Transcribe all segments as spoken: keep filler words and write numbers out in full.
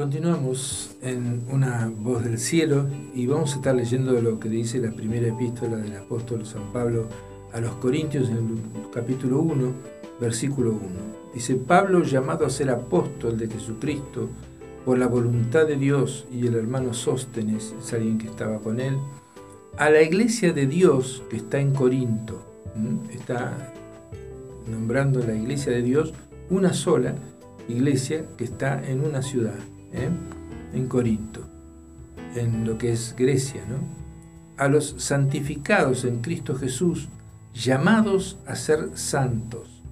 Continuamos en Una Voz del Cielo y vamos a estar leyendo lo que dice la primera epístola del apóstol San Pablo a los Corintios en el capítulo uno, versículo uno. Dice: Pablo, llamado a ser apóstol de Jesucristo por la voluntad de Dios, y el hermano Sóstenes, es alguien que estaba con él, a la iglesia de Dios que está en Corinto. ¿Mm? Está nombrando la iglesia de Dios, una sola iglesia que está en una ciudad, ¿eh? en Corinto, en lo que es Grecia, ¿no? A los santificados en Cristo Jesús, llamados a ser santos.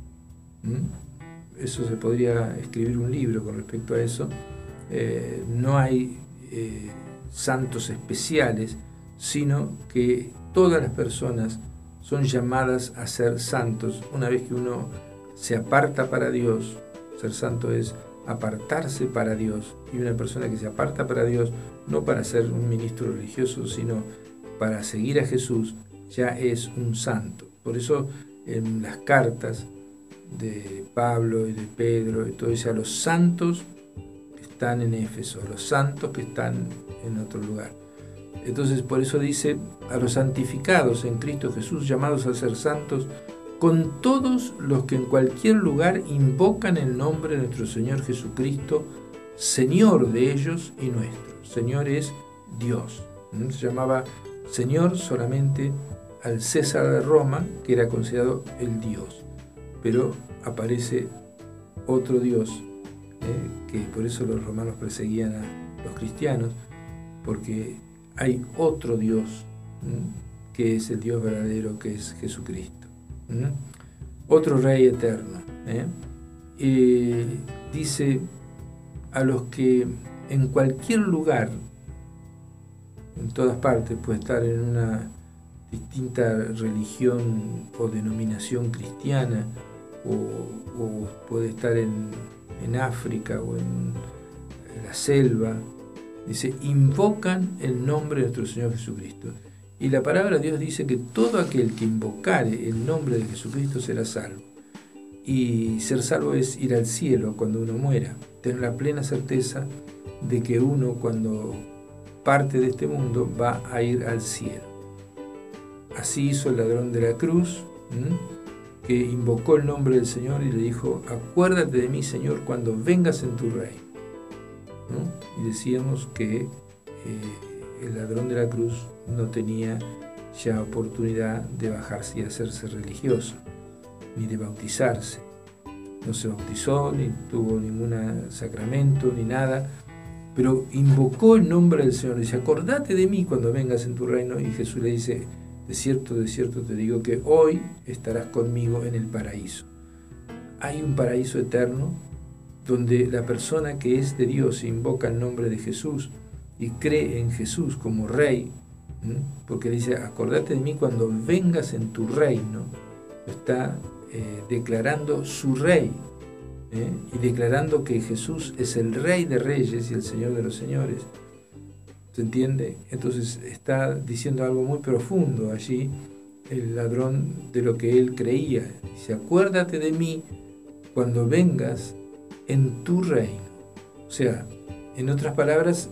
¿Mm? Eso se podría escribir un libro con respecto a eso. Eh, no hay eh, santos especiales, sino que todas las personas son llamadas a ser santos una vez que uno se aparta para Dios. Ser santo es apartarse para Dios, y una persona que se aparta para Dios, no para ser un ministro religioso, sino para seguir a Jesús, ya es un santo. Por eso en las cartas de Pablo y de Pedro y todo eso, a los santos que están en Éfeso, a los santos que están en otro lugar. Entonces por eso dice: a los santificados en Cristo Jesús, llamados a ser santos, con todos los que en cualquier lugar invocan el nombre de nuestro Señor Jesucristo, Señor de ellos y nuestro. Señor es Dios. Se llamaba Señor solamente al César de Roma, que era considerado el Dios. Pero aparece otro Dios, eh, que por eso los romanos perseguían a los cristianos, porque hay otro Dios, ¿eh? que es el Dios verdadero, que es Jesucristo. ¿Mm? Otro Rey eterno. ¿eh? Eh, dice: a los que en cualquier lugar, en todas partes, puede estar en una distinta religión o denominación cristiana, o, o puede estar en, en África o en, en la selva, dice: invocan el nombre de nuestro Señor Jesucristo. Y la palabra de Dios dice que todo aquel que invocare el nombre de Jesucristo será salvo. Y ser salvo es ir al cielo cuando uno muera. Tener la plena certeza de que uno, cuando parte de este mundo, va a ir al cielo. Así hizo el ladrón de la cruz, ¿m? que invocó el nombre del Señor y le dijo: acuérdate de mí, Señor, cuando vengas en tu reino. ¿No? Y decíamos que eh, el ladrón de la cruz no tenía ya oportunidad de bajarse y hacerse religioso, ni de bautizarse. No se bautizó, ni tuvo ningún sacramento, ni nada, pero invocó el nombre del Señor. Dice: acordate de mí cuando vengas en tu reino. Y Jesús le dice: de cierto, de cierto te digo que hoy estarás conmigo en el paraíso. Hay un paraíso eterno donde la persona que es de Dios invoca el nombre de Jesús y cree en Jesús como Rey, ¿m? porque dice: acordate de mí cuando vengas en tu reino. Está eh, declarando su Rey, ¿eh? y declarando que Jesús es el Rey de Reyes y el Señor de los Señores. ¿Se entiende? Entonces está diciendo algo muy profundo allí el ladrón de lo que él creía. Dice: acuérdate de mí cuando vengas en tu reino. O sea, en otras palabras,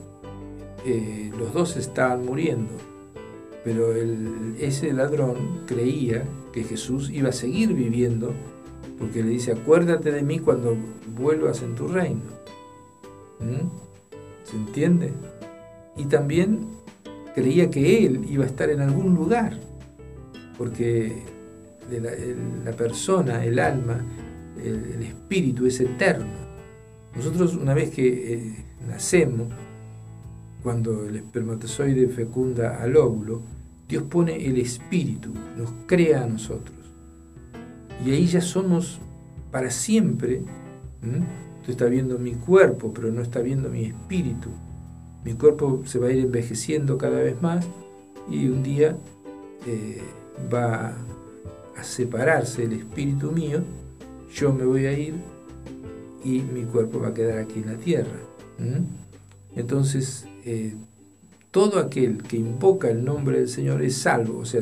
eh, los dos estaban muriendo, pero el, ese ladrón creía que Jesús iba a seguir viviendo, porque le dice: acuérdate de mí cuando vuelvas en tu reino. ¿Mm? ¿Se entiende? Y también creía que él iba a estar en algún lugar, porque la, la persona, el alma, el, el espíritu es eterno. Nosotros, una vez que eh, nacemos, cuando el espermatozoide fecunda al óvulo, Dios pone el espíritu, nos crea a nosotros. Y ahí ya somos para siempre. ¿Mm? Usted está viendo mi cuerpo, pero no está viendo mi espíritu. Mi cuerpo se va a ir envejeciendo cada vez más y un día eh, va a separarse el espíritu mío, yo me voy a ir y mi cuerpo va a quedar aquí en la tierra. ¿Mm? Entonces, eh, todo aquel que invoca el nombre del Señor es salvo. O sea,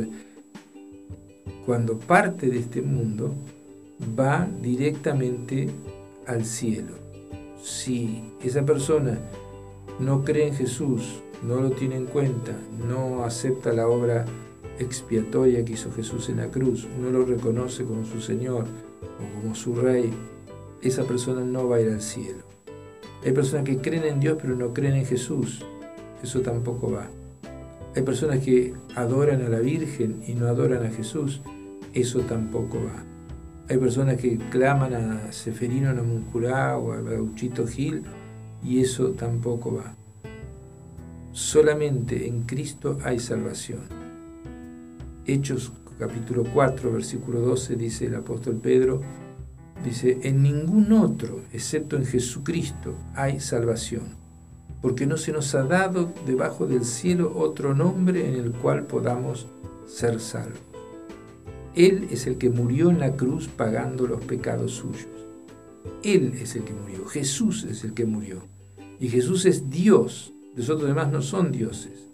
cuando parte de este mundo, va directamente al cielo. Si esa persona no cree en Jesús, no lo tiene en cuenta, no acepta la obra expiatoria que hizo Jesús en la cruz, no lo reconoce como su Señor o como su Rey, esa persona no va a ir al cielo. Hay personas que creen en Dios pero no creen en Jesús, eso tampoco va. Hay personas que adoran a la Virgen y no adoran a Jesús, eso tampoco va. Hay personas que claman a Seferino Namuncurá o a Gauchito Gil y eso tampoco va. Solamente en Cristo hay salvación. Hechos capítulo cuatro, versículo doce, dice el apóstol Pedro, dice, en ningún otro, excepto en Jesucristo, hay salvación, porque no se nos ha dado debajo del cielo otro nombre en el cual podamos ser salvos. Él es el que murió en la cruz pagando los pecados suyos. Él es el que murió, Jesús es el que murió. Y Jesús es Dios, los otros demás no son dioses.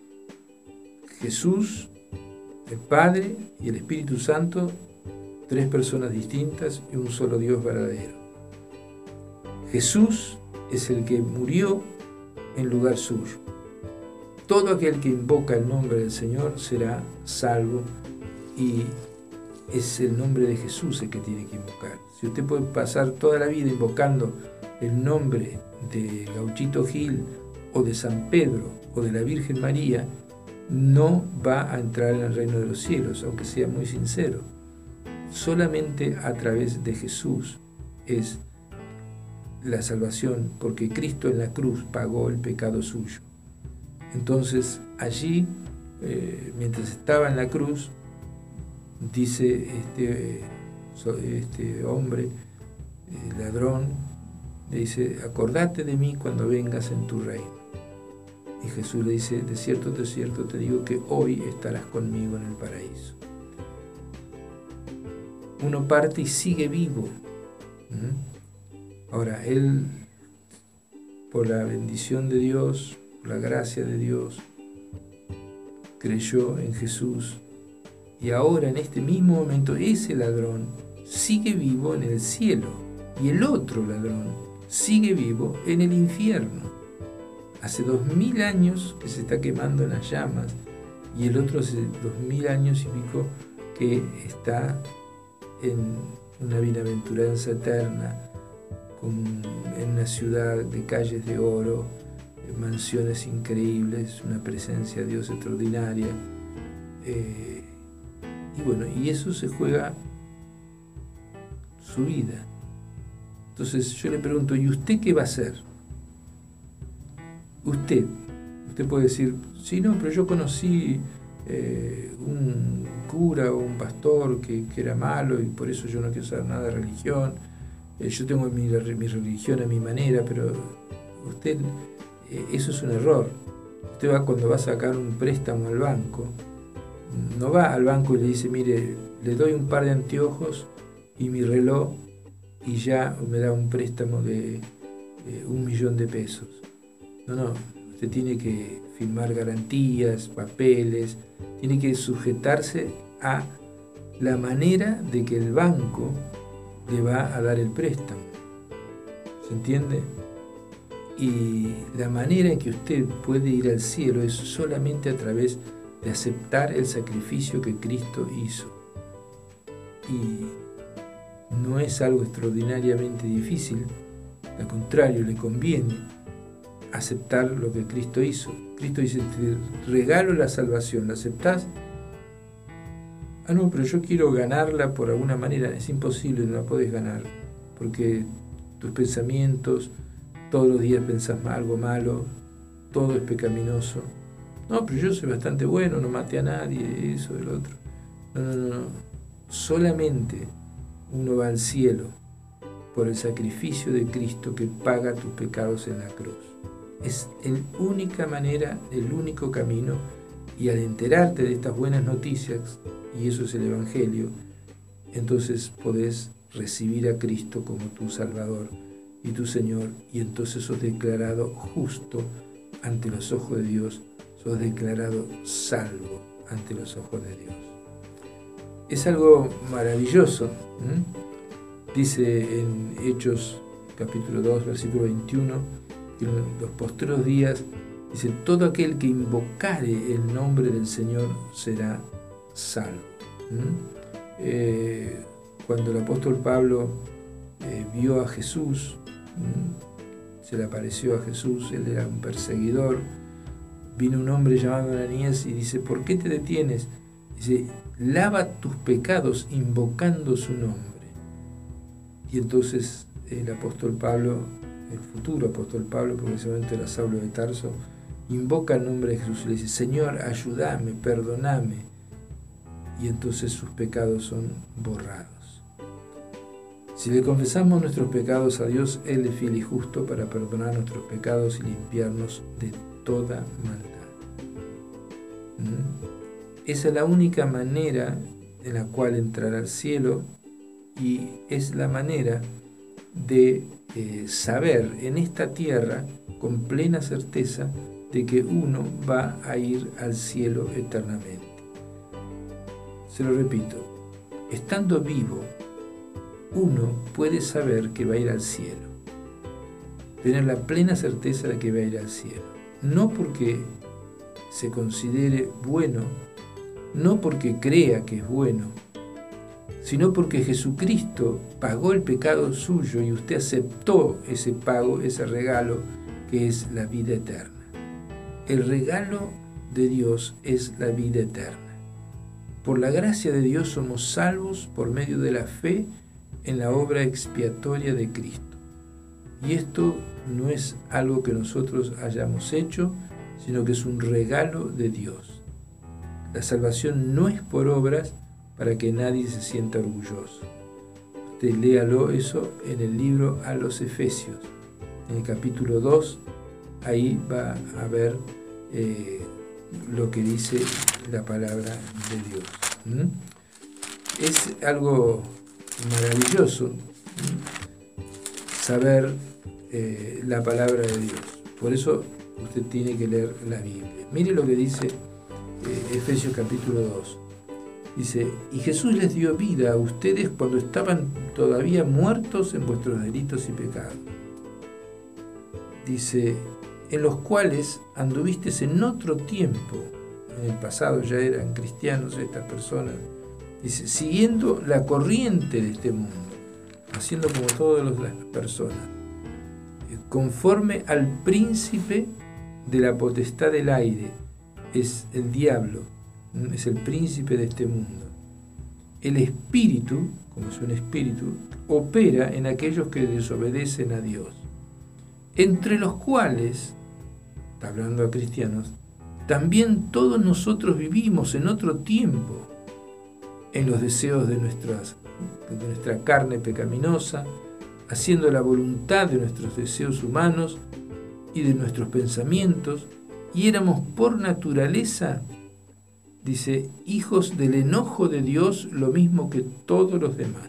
Jesús, el Padre y el Espíritu Santo, tres personas distintas y un solo Dios verdadero. Jesús es el que murió en lugar suyo. Todo aquel que invoca el nombre del Señor será salvo y es el nombre de Jesús el que tiene que invocar. Si usted puede pasar toda la vida invocando el nombre de Gauchito Gil o de San Pedro o de la Virgen María, no va a entrar en el reino de los cielos, aunque sea muy sincero. Solamente a través de Jesús es la salvación, porque Cristo en la cruz pagó el pecado suyo. Entonces allí, eh, mientras estaba en la cruz, dice este, este hombre, eh, ladrón, le dice, acordate de mí cuando vengas en tu reino. Y Jesús le dice, de cierto, de cierto te digo que hoy estarás conmigo en el paraíso. Uno parte y sigue vivo. Ahora, él, por la bendición de Dios, por la gracia de Dios, creyó en Jesús. Y ahora, en este mismo momento, ese ladrón sigue vivo en el cielo. Y el otro ladrón sigue vivo en el infierno. Hace dos mil años que se está quemando en las llamas. Y el otro hace dos mil años y pico que está en una bienaventuranza eterna, con, en una ciudad de calles de oro, mansiones increíbles, una presencia de Dios extraordinaria. Eh, y bueno, y eso se juega su vida. Entonces yo le pregunto, ¿y usted qué va a hacer? Usted, usted puede decir, sí, no, pero yo conocí eh, un cura o un pastor que, que era malo y por eso yo no quiero saber nada de religión. Eh, yo tengo mi, mi religión a mi manera, pero usted, eh, eso es un error. Usted va cuando va a sacar un préstamo al banco, no va al banco y le dice, mire, le doy un par de anteojos y mi reloj y ya me da un préstamo de eh, un millón de pesos. No, no, usted tiene que firmar garantías, papeles, tiene que sujetarse a la manera de que el banco le va a dar el préstamo. ¿Se entiende? Y la manera en que usted puede ir al cielo es solamente a través de aceptar el sacrificio que Cristo hizo. Y no es algo extraordinariamente difícil, al contrario, le conviene aceptar lo que Cristo hizo. Cristo dice, te regalo la salvación, ¿la aceptás? Ah, no, pero yo quiero ganarla por alguna manera. Es imposible, no la podés ganar, porque tus pensamientos, todos los días pensás algo malo, todo es pecaminoso. No, pero yo soy bastante bueno, no maté a nadie, eso, el otro. No, no, no, no. Solamente uno va al cielo por el sacrificio de Cristo que paga tus pecados en la cruz. Es la única manera, el único camino, y al enterarte de estas buenas noticias, y eso es el Evangelio, entonces podés recibir a Cristo como tu Salvador y tu Señor, y entonces sos declarado justo ante los ojos de Dios, sos declarado salvo ante los ojos de Dios. Es algo maravilloso. ¿Mm? Dice en Hechos capítulo dos, versículo veintiuno, que en los postreros días, dice, todo aquel que invocare el nombre del Señor será salvo. ¿Mm? Eh, cuando el apóstol Pablo eh, vio a Jesús, ¿Mm? se le apareció a Jesús, él era un perseguidor, vino un hombre llamado Ananías y dice, ¿por qué te detienes? Dice, lava tus pecados invocando su nombre. Y entonces el apóstol Pablo, el futuro apóstol Pablo, porque en ese momento era Saulo de Tarso, invoca el nombre de Jesús y le dice, Señor, ayúdame, perdóname. Y entonces sus pecados son borrados. Si le confesamos nuestros pecados a Dios, Él es fiel y justo para perdonar nuestros pecados y limpiarnos de toda maldad. ¿Mm? Esa es la única manera en la cual entrar al cielo y es la manera de eh, saber en esta tierra con plena certeza de que uno va a ir al cielo eternamente. Se lo repito, estando vivo, uno puede saber que va a ir al cielo, tener la plena certeza de que va a ir al cielo, no porque se considere bueno, no porque crea que es bueno, sino porque Jesucristo pagó el pecado suyo y usted aceptó ese pago, ese regalo que es la vida eterna. El regalo de Dios es la vida eterna. Por la gracia de Dios somos salvos por medio de la fe en la obra expiatoria de Cristo. Y esto no es algo que nosotros hayamos hecho, sino que es un regalo de Dios. La salvación no es por obras para que nadie se sienta orgulloso. Usted léalo eso en el libro a los Efesios, en el capítulo dos, ahí va a ver eh, lo que dice la palabra de Dios. ¿Mm? Es algo maravilloso, ¿Mm? saber eh, la palabra de Dios. Por eso usted tiene que leer la Biblia. Mire lo que dice eh, Efesios capítulo dos. Dice, y Jesús les dio vida a ustedes cuando estaban todavía muertos en vuestros delitos y pecados. Dice, en los cuales anduvisteis en otro tiempo, en el pasado ya eran cristianos estas personas, dice, siguiendo la corriente de este mundo, haciendo como todas las personas, conforme al príncipe de la potestad del aire, es el diablo, es el príncipe de este mundo. El espíritu, como es un espíritu, opera en aquellos que desobedecen a Dios, entre los cuales, está hablando a cristianos, también todos nosotros vivimos en otro tiempo, en los deseos de, nuestras, de nuestra carne pecaminosa, haciendo la voluntad de nuestros deseos humanos y de nuestros pensamientos, y éramos por naturaleza, dice, hijos del enojo de Dios, lo mismo que todos los demás.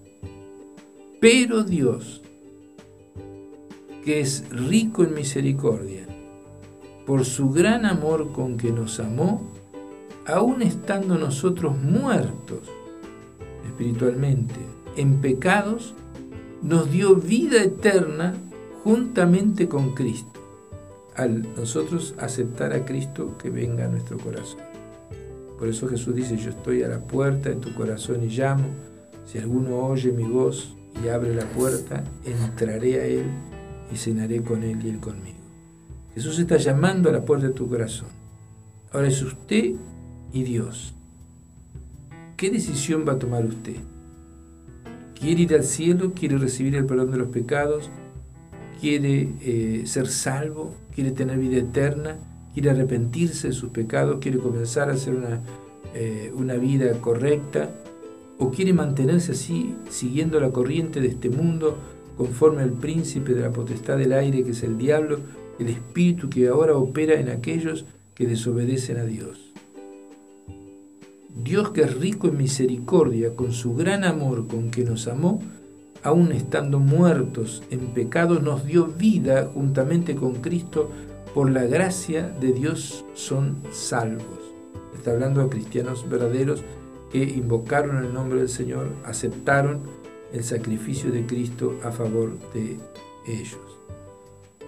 Pero Dios, que es rico en misericordia, por su gran amor con que nos amó, aun estando nosotros muertos espiritualmente, en pecados, nos dio vida eterna juntamente con Cristo, al nosotros aceptar a Cristo que venga a nuestro corazón. Por eso Jesús dice, yo estoy a la puerta de tu corazón y llamo, si alguno oye mi voz y abre la puerta, entraré a él y cenaré con él y él conmigo. Jesús está llamando a la puerta de tu corazón. Ahora es usted y Dios. ¿Qué decisión va a tomar usted? ¿Quiere ir al cielo? ¿Quiere recibir el perdón de los pecados? ¿Quiere eh, ser salvo? ¿Quiere tener vida eterna? ¿Quiere arrepentirse de sus pecados? ¿Quiere comenzar a hacer una, eh, una vida correcta? ¿O quiere mantenerse así, siguiendo la corriente de este mundo, conforme al príncipe de la potestad del aire, que es el diablo, el espíritu que ahora opera en aquellos que desobedecen a Dios? Dios, que es rico en misericordia, con su gran amor con que nos amó, aun estando muertos en pecados, nos dio vida juntamente con Cristo. Por la gracia de Dios son salvos. Está hablando a cristianos verdaderos que invocaron el nombre del Señor, aceptaron el sacrificio de Cristo a favor de ellos.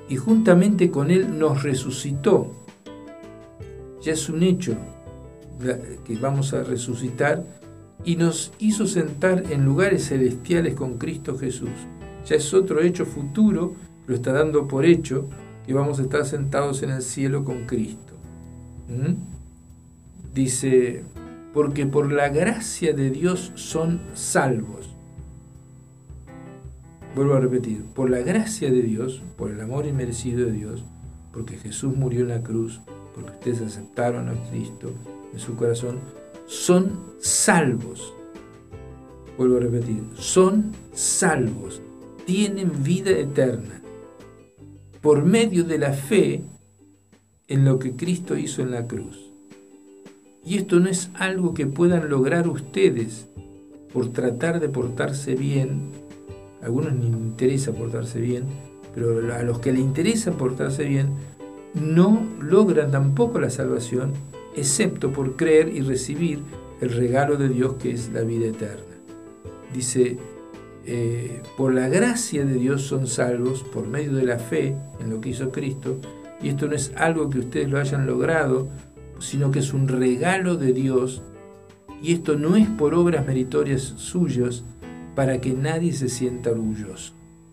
y juntamente con Él nos resucitó. Ya es un hecho que vamos a resucitar, y nos hizo sentar en lugares celestiales con Cristo Jesús. Ya es otro hecho futuro, lo está dando por hecho, que vamos a estar sentados en el cielo con Cristo. ¿Mm? Dice, porque por la gracia de Dios son salvos. Vuelvo a repetir, por la gracia de Dios, por el amor inmerecido de Dios, porque Jesús murió en la cruz, porque ustedes aceptaron a Cristo en su corazón, son salvos. Vuelvo a repetir, son salvos, tienen vida eterna, por medio de la fe en lo que Cristo hizo en la cruz. Y esto no es algo que puedan lograr ustedes por tratar de portarse bien. A algunos ni les interesa portarse bien, pero a los que les interesa portarse bien, no logran tampoco la salvación, excepto por creer y recibir el regalo de Dios, que es la vida eterna. Dice, eh, por la gracia de Dios son salvos, por medio de la fe en lo que hizo Cristo, y esto no es algo que ustedes lo hayan logrado, sino que es un regalo de Dios, y esto no es por obras meritorias suyas, para que nadie se sienta orgulloso.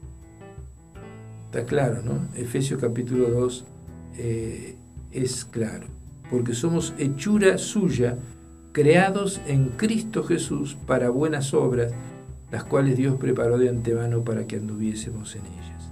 Está claro, ¿no? Efesios capítulo dos eh, es claro. Porque somos hechura suya, creados en Cristo Jesús para buenas obras, las cuales Dios preparó de antemano para que anduviésemos en ellas.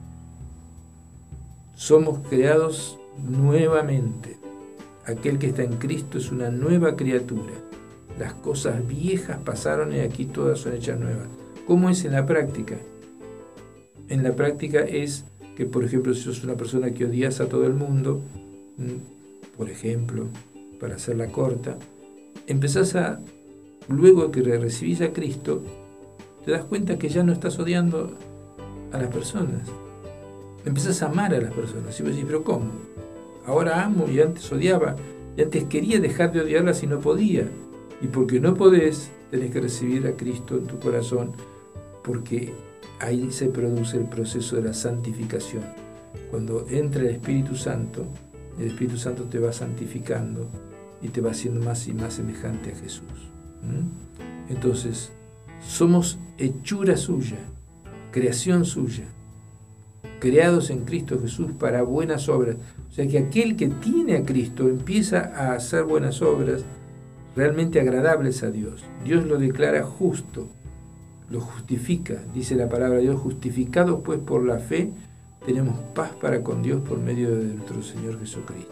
Somos creados nuevamente. Aquel que está en Cristo es una nueva criatura. Las cosas viejas pasaron y aquí todas son hechas nuevas. ¿Cómo es en la práctica? En la práctica es que, por ejemplo, si sos una persona que odias a todo el mundo, por ejemplo, para hacerla corta, empezás a, luego que recibís a Cristo, te das cuenta que ya no estás odiando a las personas. Empezás a amar a las personas. Y vos decís, ¿pero cómo? Ahora amo y antes odiaba. Y antes quería dejar de odiarlas y no podía. Y porque no podés, tenés que recibir a Cristo en tu corazón, porque ahí se produce el proceso de la santificación. Cuando entra el Espíritu Santo, el Espíritu Santo te va santificando y te va haciendo más y más semejante a Jesús. ¿Mm? Entonces, somos hechura suya, creación suya, creados en Cristo Jesús para buenas obras. O sea que aquel que tiene a Cristo empieza a hacer buenas obras realmente agradables a Dios. Dios lo declara justo, lo justifica, dice la palabra de Dios, justificados pues por la fe, tenemos paz para con Dios por medio de nuestro Señor Jesucristo.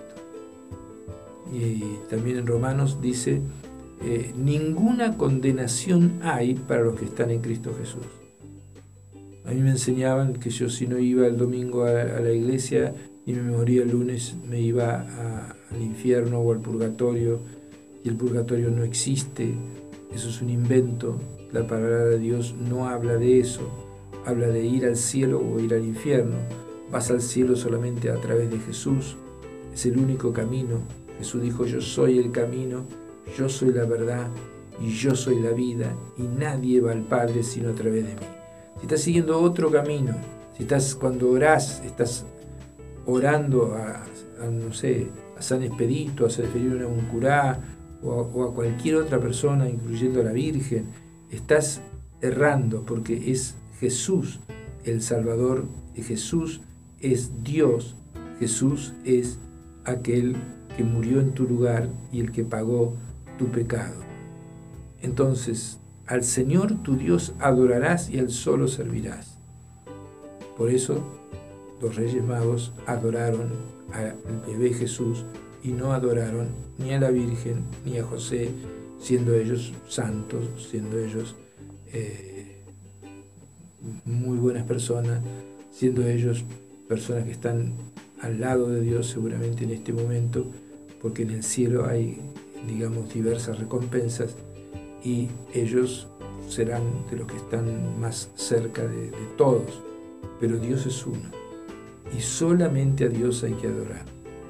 Y también en Romanos dice, eh, ninguna condenación hay para los que están en Cristo Jesús. A mí me enseñaban que yo, si no iba el domingo a, a la iglesia y me moría el lunes, me iba a, al infierno o al purgatorio, y el purgatorio no existe, eso es un invento. La palabra de Dios no habla de eso, habla de ir al cielo o ir al infierno. Vas al cielo solamente a través de Jesús, es el único camino. Jesús dijo, yo soy el camino, yo soy la verdad y yo soy la vida, y nadie va al Padre sino a través de mí. Si estás siguiendo otro camino, si estás, cuando orás, estás orando a, a no sé, a San Expedito, a San Expedito, a un curá, o a, o a cualquier otra persona, incluyendo a la Virgen, estás errando, porque es Jesús el Salvador, y Jesús es Dios, Jesús es aquel que murió en tu lugar y el que pagó tu pecado. Entonces, al Señor tu Dios adorarás y a Él solo servirás. Por eso, los Reyes Magos adoraron al bebé Jesús y no adoraron ni a la Virgen ni a José, siendo ellos santos, siendo ellos eh, muy buenas personas, siendo ellos personas que están al lado de Dios seguramente en este momento, porque en el cielo hay, digamos, diversas recompensas, y ellos serán de los que están más cerca de, de todos, pero Dios es uno, y solamente a Dios hay que adorar.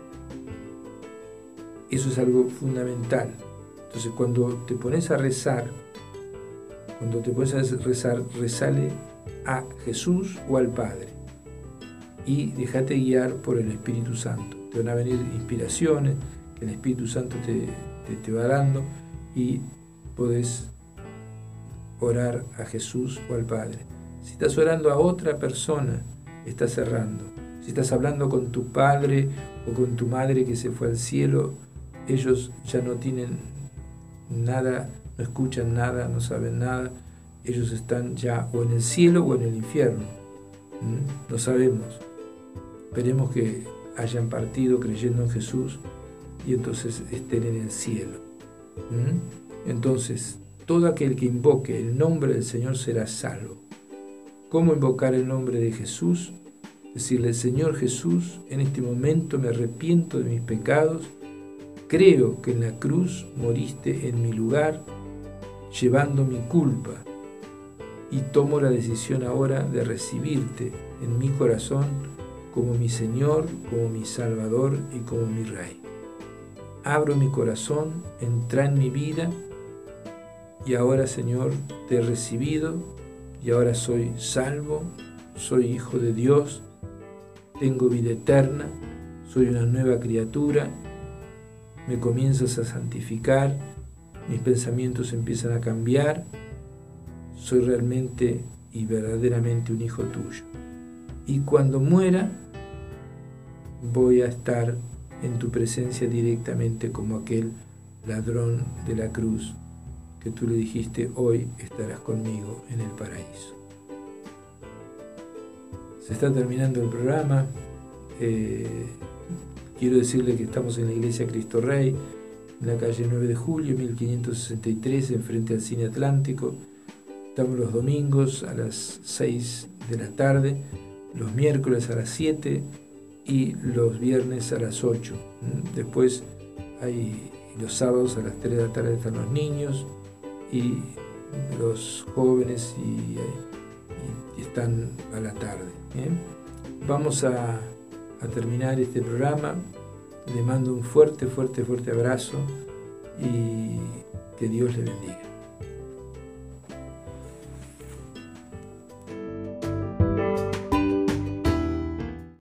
Eso es algo fundamental. Entonces, cuando te pones a rezar, cuando te pones a rezar, rezale a Jesús o al Padre. y déjate guiar por el Espíritu Santo. Te van a venir inspiraciones que el Espíritu Santo te, te, te va dando y podés orar a Jesús o al Padre. Si estás orando a otra persona, estás errando. Si estás hablando con tu padre o con tu madre que se fue al cielo, ellos ya no tienen nada, no escuchan nada, no saben nada. Ellos están ya o en el cielo o en el infierno. ¿Mm? No sabemos. Esperemos que hayan partido creyendo en Jesús y entonces estén en el cielo. ¿Mm? Entonces, todo aquel que invoque el nombre del Señor será salvo. ¿Cómo invocar el nombre de Jesús? Decirle: Señor Jesús, en este momento me arrepiento de mis pecados, creo que en la cruz moriste en mi lugar, llevando mi culpa, y tomo la decisión ahora de recibirte en mi corazón como mi Señor, como mi Salvador y como mi Rey. Abro mi corazón, entra en mi vida, y ahora, Señor, te he recibido, y ahora soy salvo, soy hijo de Dios, tengo vida eterna, soy una nueva criatura, me comienzas a santificar, mis pensamientos empiezan a cambiar, soy realmente y verdaderamente un hijo tuyo. Y cuando muera, voy a estar en tu presencia directamente como aquel ladrón de la cruz, que tú le dijiste: hoy estarás conmigo en el paraíso. Se está terminando el programa. Eh, quiero decirle que estamos en la Iglesia Cristo Rey, en la calle nueve de julio, mil quinientos sesenta y tres, enfrente al Cine Atlántico. Estamos los domingos a las seis de la tarde, los miércoles a las siete y los viernes a las ocho. Después hay los sábados a las tres de la tarde están los niños y los jóvenes y, y, y están a la tarde. ¿eh? Vamos a, a terminar este programa. Le mando un fuerte, fuerte, fuerte abrazo y que Dios le bendiga.